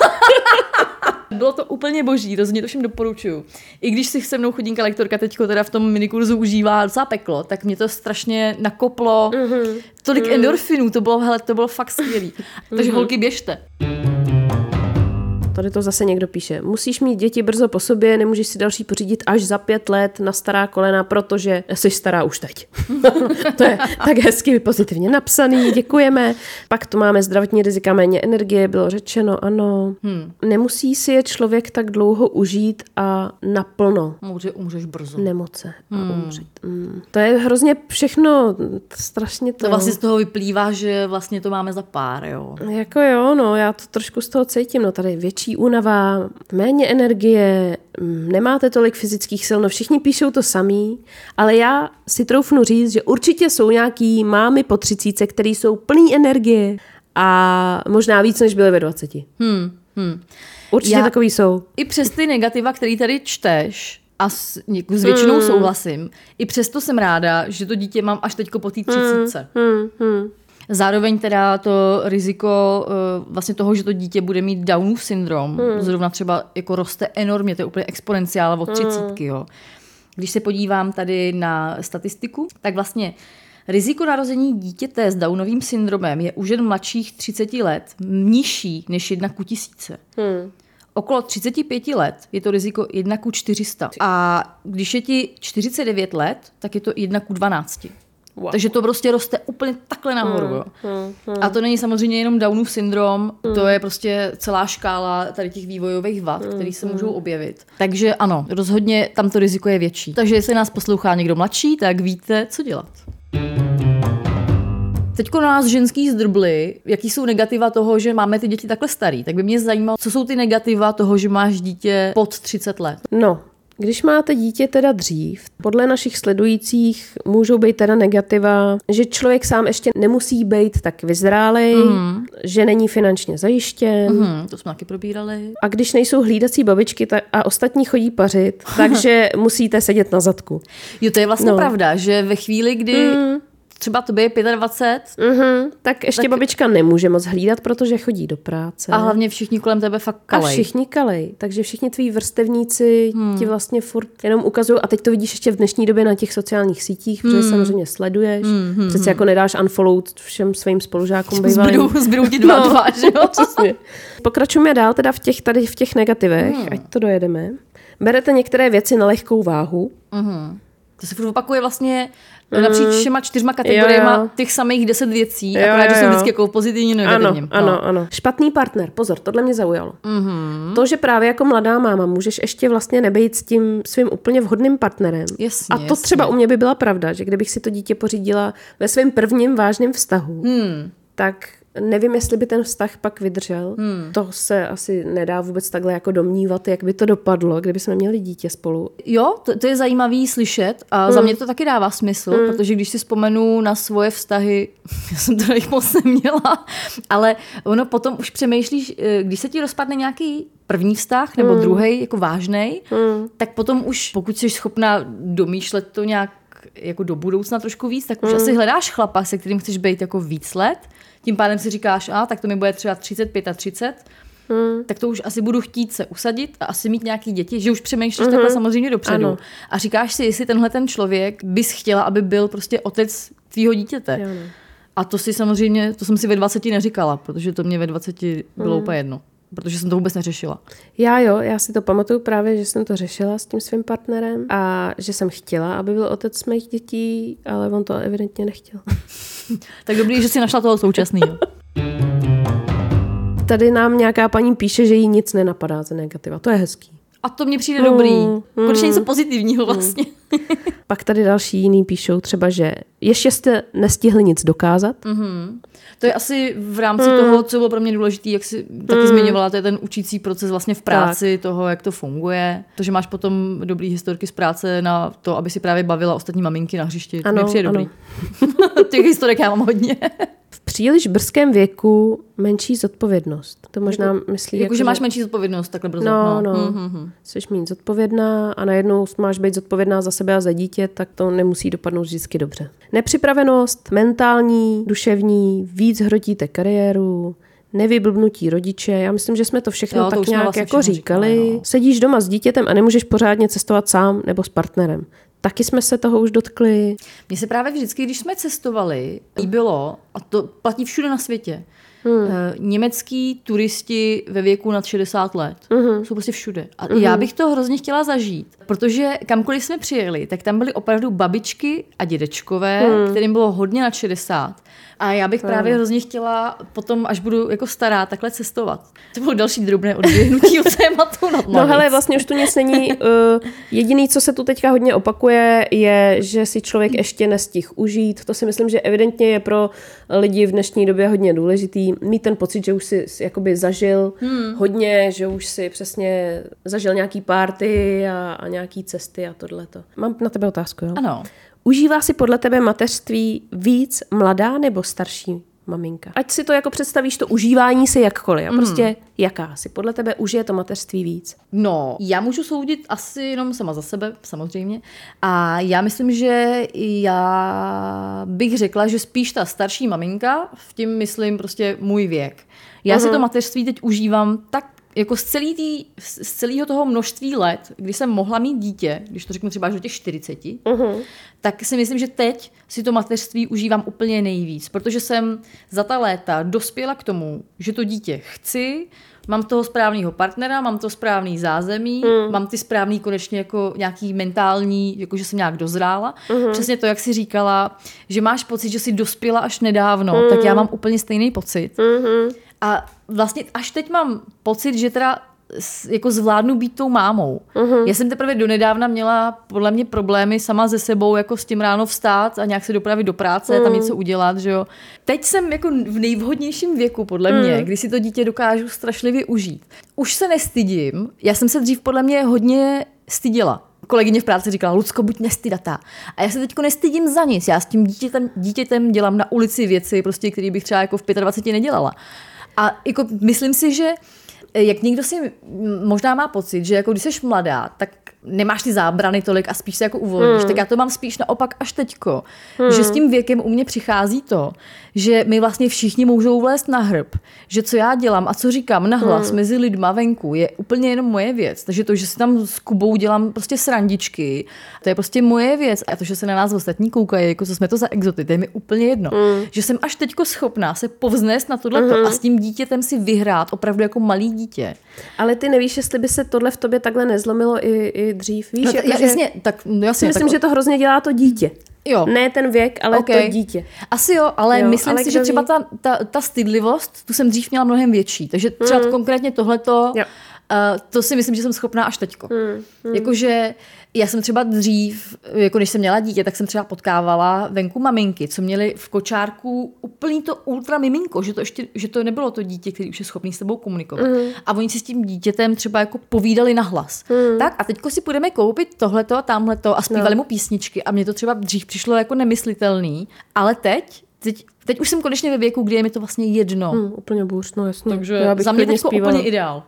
Bylo to úplně boží, rozhodně to všem doporučuju. I když si se mnou chodinka lektorka teďko teda v tom minikurzu užívá docela peklo, tak mě to strašně nakoplo. Tolik endorfinů, to bylo fakt skvělý. Takže holky, běžte. Tady to zase někdo píše. Musíš mít děti brzo po sobě, nemůžeš si další pořídit až za 5 let na stará kolena, protože jsi stará už teď. To je tak hezky pozitivně napsaný, děkujeme. Pak tu máme zdravotní rizika, méně energie, bylo řečeno, ano. Nemusí si je člověk tak dlouho užít a naplno. Umřeš brzo. Nemoce a umřít. To je hrozně všechno strašně to. To vlastně z toho vyplývá, že vlastně to máme za pár, jo. Jako jo, no, já to trošku z toho cítím, no tady větší únava, méně energie, nemáte tolik fyzických sil, no všichni píšou to samý, ale já si troufnu říct, že určitě jsou nějaký mámy po 30, které jsou plný energie a možná víc, než byly ve 20. Určitě takový jsou. I přes ty negativa, které tady čteš, a s většinou souhlasím, i přesto jsem ráda, že to dítě mám až teďko po té 30. Zároveň teda to riziko vlastně toho, že to dítě bude mít Downův syndrom, zrovna třeba jako roste enormně, to je úplně exponenciál od 30, jo. Když se podívám tady na statistiku, tak vlastně riziko narození dítěte s Downovým syndromem je u žen mladších 30 let nižší než 1:1000. Okolo 35 let je to riziko 1:400. A když je ti 49 let, tak je to 1:12. Wow. Takže to prostě roste úplně takhle nahoru. A to není samozřejmě jenom Downův syndrom, to je prostě celá škála tady těch vývojových vad, které se můžou objevit. Takže ano, rozhodně tam to riziko je větší. Takže jestli nás poslouchá někdo mladší, tak víte, co dělat. Teďko na nás ženský zdrbli, jaký jsou negativa toho, že máme ty děti takhle starý. Tak by mě zajímalo, co jsou ty negativa toho, že máš dítě pod 30 let. No, když máte dítě teda dřív, podle našich sledujících můžou být teda negativa, že člověk sám ještě nemusí být tak vyzrálej, že není finančně zajištěn. To jsme taky probírali. A když nejsou hlídací babičky a ostatní chodí pařit, takže musíte sedět na zadku. Jo, to je vlastně pravda, že ve chvíli, kdy třeba tobě je 25, tak ještě babička nemůže moc hlídat, protože chodí do práce. A hlavně všichni kolem tebe fakt kalej. A všichni kalej. Takže všichni tví vrstevníci ti vlastně furt jenom ukazují. A teď to vidíš ještě v dnešní době na těch sociálních sítích, protože samozřejmě sleduješ. Přece jako nedáš unfollow všem svým spolužákům bývalým. Zbydou ti dva, že jo? Přesně. Pokračujeme dál teda v těch negativech, ať to dojedeme. Berete některé věci na lehkou váhu. To se furt opakuje vlastně napříč všema 4 kategoriemi těch samých 10 věcí, akorát, že jsou vždycky jako pozitivní negativní. Ano. Špatný partner, pozor, tohle mě zaujalo. To, že právě jako mladá máma můžeš ještě vlastně nebejt s tím svým úplně vhodným partnerem. Jasně, a to třeba u mě by byla pravda, že kdybych si to dítě pořídila ve svém prvním vážném vztahu, tak nevím, jestli by ten vztah pak vydržel. To se asi nedá vůbec takhle jako domnívat, jak by to dopadlo, kdyby jsme měli dítě spolu. Jo, to je zajímavý slyšet a za mě to taky dává smysl, protože když si vzpomenu na svoje vztahy, já jsem to jich moc neměla, ale ono potom už přemýšlíš, když se ti rozpadne nějaký první vztah nebo druhý jako vážnej, tak potom už, pokud jsi schopná domýšlet to nějak jako do budoucna trošku víc, tak už asi hledáš chlapa, se kterým chceš být jako víc let. Tím pádem si říkáš, tak to mi bude třeba 35 a 30, tak to už asi budu chtít se usadit a asi mít nějaký děti, že už přemýšlíš takhle samozřejmě dopředu. Ano. A říkáš si, jestli tenhle ten člověk bys chtěla, aby byl prostě otec tvýho dítěte. Jo. A to si samozřejmě, to jsem si ve 20 neříkala, protože to mě ve 20 bylo úplně jedno. Protože jsem to vůbec neřešila. Já si to pamatuju právě, že jsem to řešila s tím svým partnerem a že jsem chtěla, aby byl otec mých dětí, ale on to evidentně nechtěl. Tak dobrý, že jsi našla toho současného. Tady nám nějaká paní píše, že jí nic nenapadá za negativa. To je hezký. A to mně přijde dobrý. Konečně něco pozitivního vlastně. Pak tady další jiný píšou třeba, že ještě jste nestihli nic dokázat. To je asi v rámci toho, co bylo pro mě důležité, jak jsi taky zmiňovala, to je ten učící proces vlastně v práci, toho, jak to funguje. To, že máš potom dobrý historky z práce na to, aby si právě bavila ostatní maminky na hřišti. To mi přijde dobrý. Těch historek já mám hodně. V příliš brzkém věku menší zodpovědnost. To možná myslí... Jako že máš menší zodpovědnost takhle brzo. Jsi mít zodpovědná a najednou máš být zodpovědná za sebe a za dítě, tak to nemusí dopadnout vždycky dobře. Nepřipravenost, mentální, duševní, víc hrotíte kariéru, nevyblbnutí rodiče. Já myslím, že jsme to všechno tak nějak vlastně jako říkali. Sedíš doma s dítětem a nemůžeš pořádně cestovat sám nebo s partnerem. Taky jsme se toho už dotkli. Mně se právě vždycky, když jsme cestovali, líbilo, a to platí všude na světě, německý turisti ve věku nad 60 let jsou prostě všude. A já bych to hrozně chtěla zažít, protože kamkoliv jsme přijeli, tak tam byly opravdu babičky a dědečkové, kterým bylo hodně nad 60. A já bych právě hrozně chtěla potom, až budu jako stará, takhle cestovat. To bylo další drobné odběhnutí od tématu. No hele, vlastně už tu nic není. Jediný, co se tu teďka hodně opakuje, je, že si člověk ještě nestihl užít. To si myslím, že evidentně je pro lidi v dnešní době hodně důležitý. Mít ten pocit, že už si jakoby zažil hodně, že už si přesně zažil nějaký party a nějaký cesty a tohleto. Mám na tebe otázku, jo? Ano. Užívá si podle tebe mateřství víc mladá nebo starší maminka? Ať si to jako představíš, to užívání si jakkoliv. A prostě jaká si podle tebe užije to mateřství víc? No, já můžu soudit asi jenom sama za sebe, samozřejmě. A já myslím, že já bych řekla, že spíš ta starší maminka, v tím myslím prostě můj věk. Já si to mateřství teď užívám tak jako z celého toho množství let, kdy jsem mohla mít dítě, když to řeknu třeba až do těch 40, tak si myslím, že teď si to mateřství užívám úplně nejvíc, protože jsem za ta léta dospěla k tomu, že to dítě chci, mám toho správného partnera, mám to správný zázemí, mám ty správný konečně jako nějaký mentální, jako že jsem nějak dozrála. Přesně to, jak jsi říkala, že máš pocit, že jsi dospěla až nedávno, tak já mám úplně stejný pocit. A vlastně až teď mám pocit, že teda jako zvládnu být tou mámou. Já jsem teprve donedávna měla podle mě problémy sama se sebou, jako s tím ráno vstát a nějak se dopravit do práce, tam něco udělat, že jo. Teď jsem jako v nejvhodnějším věku podle mě, kdy si to dítě dokážu strašlivě užít. Už se nestydím, já jsem se dřív podle mě hodně styděla. Kolegyně v práci říkala, Lucko, buď nestydatá. A já se teďko nestydím za nic. Já s tím dítětem dělám na ulici věci, prostě, které bych třeba jako v 25 nedělala. A jako myslím si, že jak někdo si možná má pocit, že jako když jsi mladá, tak nemáš ty zábrany tolik a spíš se jako uvolníš. Tak já to mám spíš naopak až teďko. Že s tím věkem u mě přichází to, že mi vlastně všichni můžou vlézt na hrb. Že co já dělám a co říkám nahlas mezi lidma venku je úplně jenom moje věc. Takže to, že si tam s Kubou dělám prostě srandičky, to je prostě moje věc. A to, že se na nás ostatní koukají, jako co jsme to za exoty, to je mi úplně jedno. Že jsem až teďko schopná se povznést na tohleto a s tím dítětem si vyhrát opravdu jako malý dítě. Ale ty nevíš, jestli by se tohle v tobě takhle nezlomilo i dřív, víš? No, jako, jasně, tak jasně. Myslím, že to hrozně dělá to dítě. Jo. Ne ten věk, ale to dítě. Asi jo, ale myslím si, že třeba ta stydlivost, tu jsem dřív měla mnohem větší. Takže třeba konkrétně tohleto, to si myslím, že jsem schopná až teďko. Jakože já jsem třeba dřív, jako než jsem měla dítě, tak jsem třeba potkávala venku maminky, co měly v kočárku úplný to ultra miminko, že to nebylo to dítě, který už je schopný s tebou komunikovat. A oni si s tím dítětem třeba jako povídali nahlas. Tak a teďko si půjdeme koupit tohleto, tamhleto a zpívali mu písničky a mně to třeba dřív přišlo jako nemyslitelný, ale teď už jsem konečně ve věku, kdy je mi to vlastně jedno. Úplně bůř, no jasně. Takže za mě teďko úplně ideál.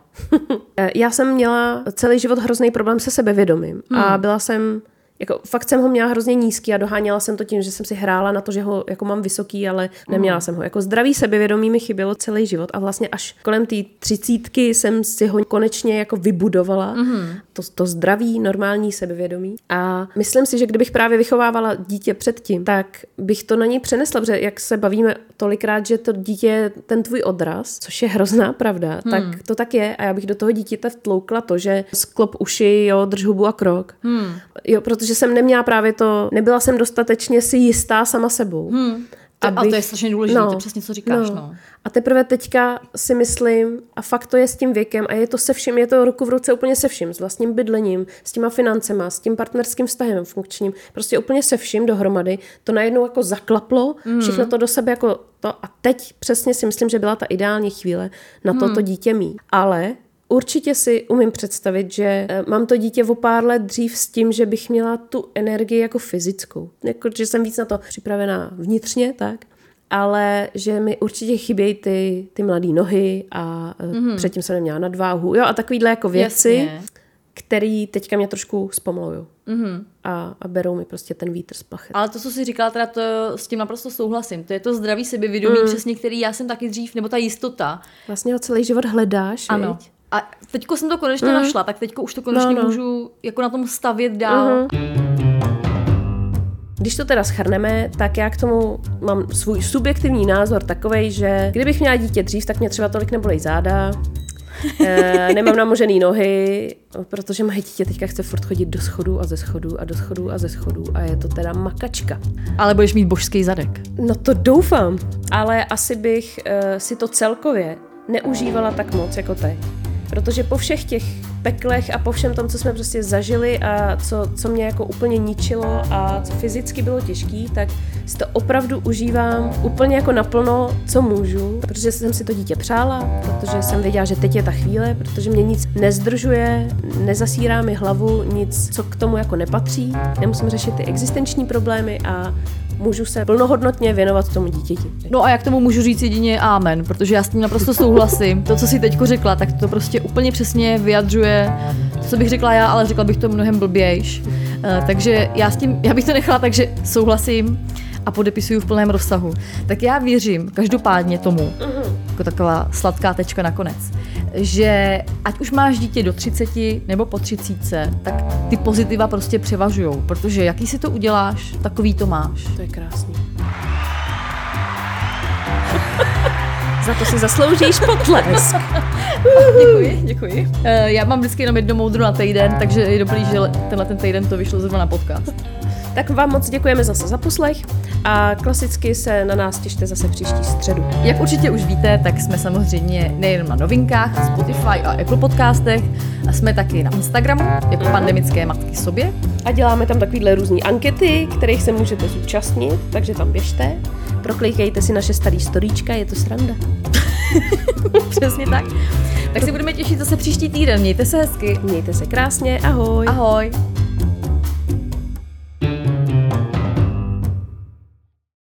Já jsem měla celý život hrozný problém se sebevědomím a byla jsem, jako fakt jsem ho měla hrozně nízký a doháněla jsem to tím, že jsem si hrála na to, že ho jako mám vysoký, ale neměla jsem ho. Jako zdravý sebevědomí mi chybělo celý život a vlastně až kolem té 30 jsem si ho konečně jako vybudovala. To zdravý, normální sebevědomí. A myslím si, že kdybych právě vychovávala dítě předtím, tak bych to na něj přenesla, protože jak se bavíme tolikrát, že to dítě je ten tvůj odraz, což je hrozná pravda, tak to tak je a já bych do toho dítěte vtloukla to, že sklop uši, jo, drž hubu a krok. Jo, protože jsem neměla právě to, nebyla jsem dostatečně si jistá sama sebou. A to je strašně důležité, to přesně co říkáš. A teprve teďka si myslím, a fakt to je s tím věkem, a je to se vším, je to ruku v ruce úplně se vším, s vlastním bydlením, s těma financema, s tím partnerským vztahem funkčním, prostě úplně se vším dohromady, to najednou jako zaklaplo, všechno to do sebe jako to a teď přesně si myslím, že byla ta ideální chvíle na to dítě mít. Ale určitě si umím představit, že mám to dítě o pár let dřív s tím, že bych měla tu energii jako fyzickou. Jako, že jsem víc na to připravená vnitřně, tak. Ale že mi určitě chybějí ty mladé nohy a předtím jsem neměla nadváhu. Jo, a takovýhle jako věci, které teďka mě trošku zpomalujou. A berou mi prostě ten vítr z plachet. Ale to, co jsi říkala, teda to s tím naprosto souhlasím. To je to zdravý sebevědomí, přesně který já jsem taky dřív, nebo ta jistota. Vlastně ho celý život hledáš, ano. Viď? A teďko jsem to konečně našla, tak teďko už to konečně můžu jako na tom stavět dál. Když to teda shrneme, tak já k tomu mám svůj subjektivní názor takovej, že kdybych měla dítě dřív, tak mě třeba tolik nebolej záda, nemám namožený nohy, protože moje dítě teďka chce furt chodit do schodů a ze schodů a do schodů a ze schodů a je to teda makačka. Ale budeš mít božský zadek. No to doufám, ale asi bych si to celkově neužívala tak moc jako teď. Protože po všech těch peklech a po všem tom, co jsme prostě zažili a co mě jako úplně ničilo a co fyzicky bylo těžký, tak si to opravdu užívám úplně jako naplno, co můžu, protože jsem si to dítě přála, protože jsem věděla, že teď je ta chvíle, protože mě nic nezdržuje, nezasírá mi hlavu, nic, co k tomu jako nepatří, nemusím řešit ty existenční problémy a můžu se plnohodnotně věnovat tomu dítěti. No a já k tomu můžu říct jedině amen, protože já s tím naprosto souhlasím. To, co jsi teďko řekla, tak to prostě úplně přesně vyjadřuje to, co bych řekla já, ale řekla bych to mnohem blbějš. Takže já bych to nechala tak, že souhlasím a podepisuju v plném rozsahu. Tak já věřím každopádně tomu, jako taková sladká tečka nakonec, že ať už máš dítě do 30 nebo po 30, tak ty pozitiva prostě převažujou, protože jaký si to uděláš, takový to máš. To je krásný. Za to si zasloužíš potlesk. Děkuji. Já mám vždycky jenom jedno moudro na týden, takže je dobrý, že tenhle ten týden to vyšlo zrovna na podcast. Tak vám moc děkujeme zase za poslech a klasicky se na nás těšte zase příští středu. Jak určitě už víte, tak jsme samozřejmě nejen na Novinkách, Spotify a Apple podcastech, a jsme taky na Instagramu jako Pandemické matky sobě. A děláme tam takovýhle různý ankety, kterých se můžete zúčastnit, takže tam běžte. Proklikejte si naše starý storíčka, je to sranda. Přesně tak. Tak se budeme těšit zase příští týden. Mějte se hezky. Mějte se krásně, ahoj. Ahoj.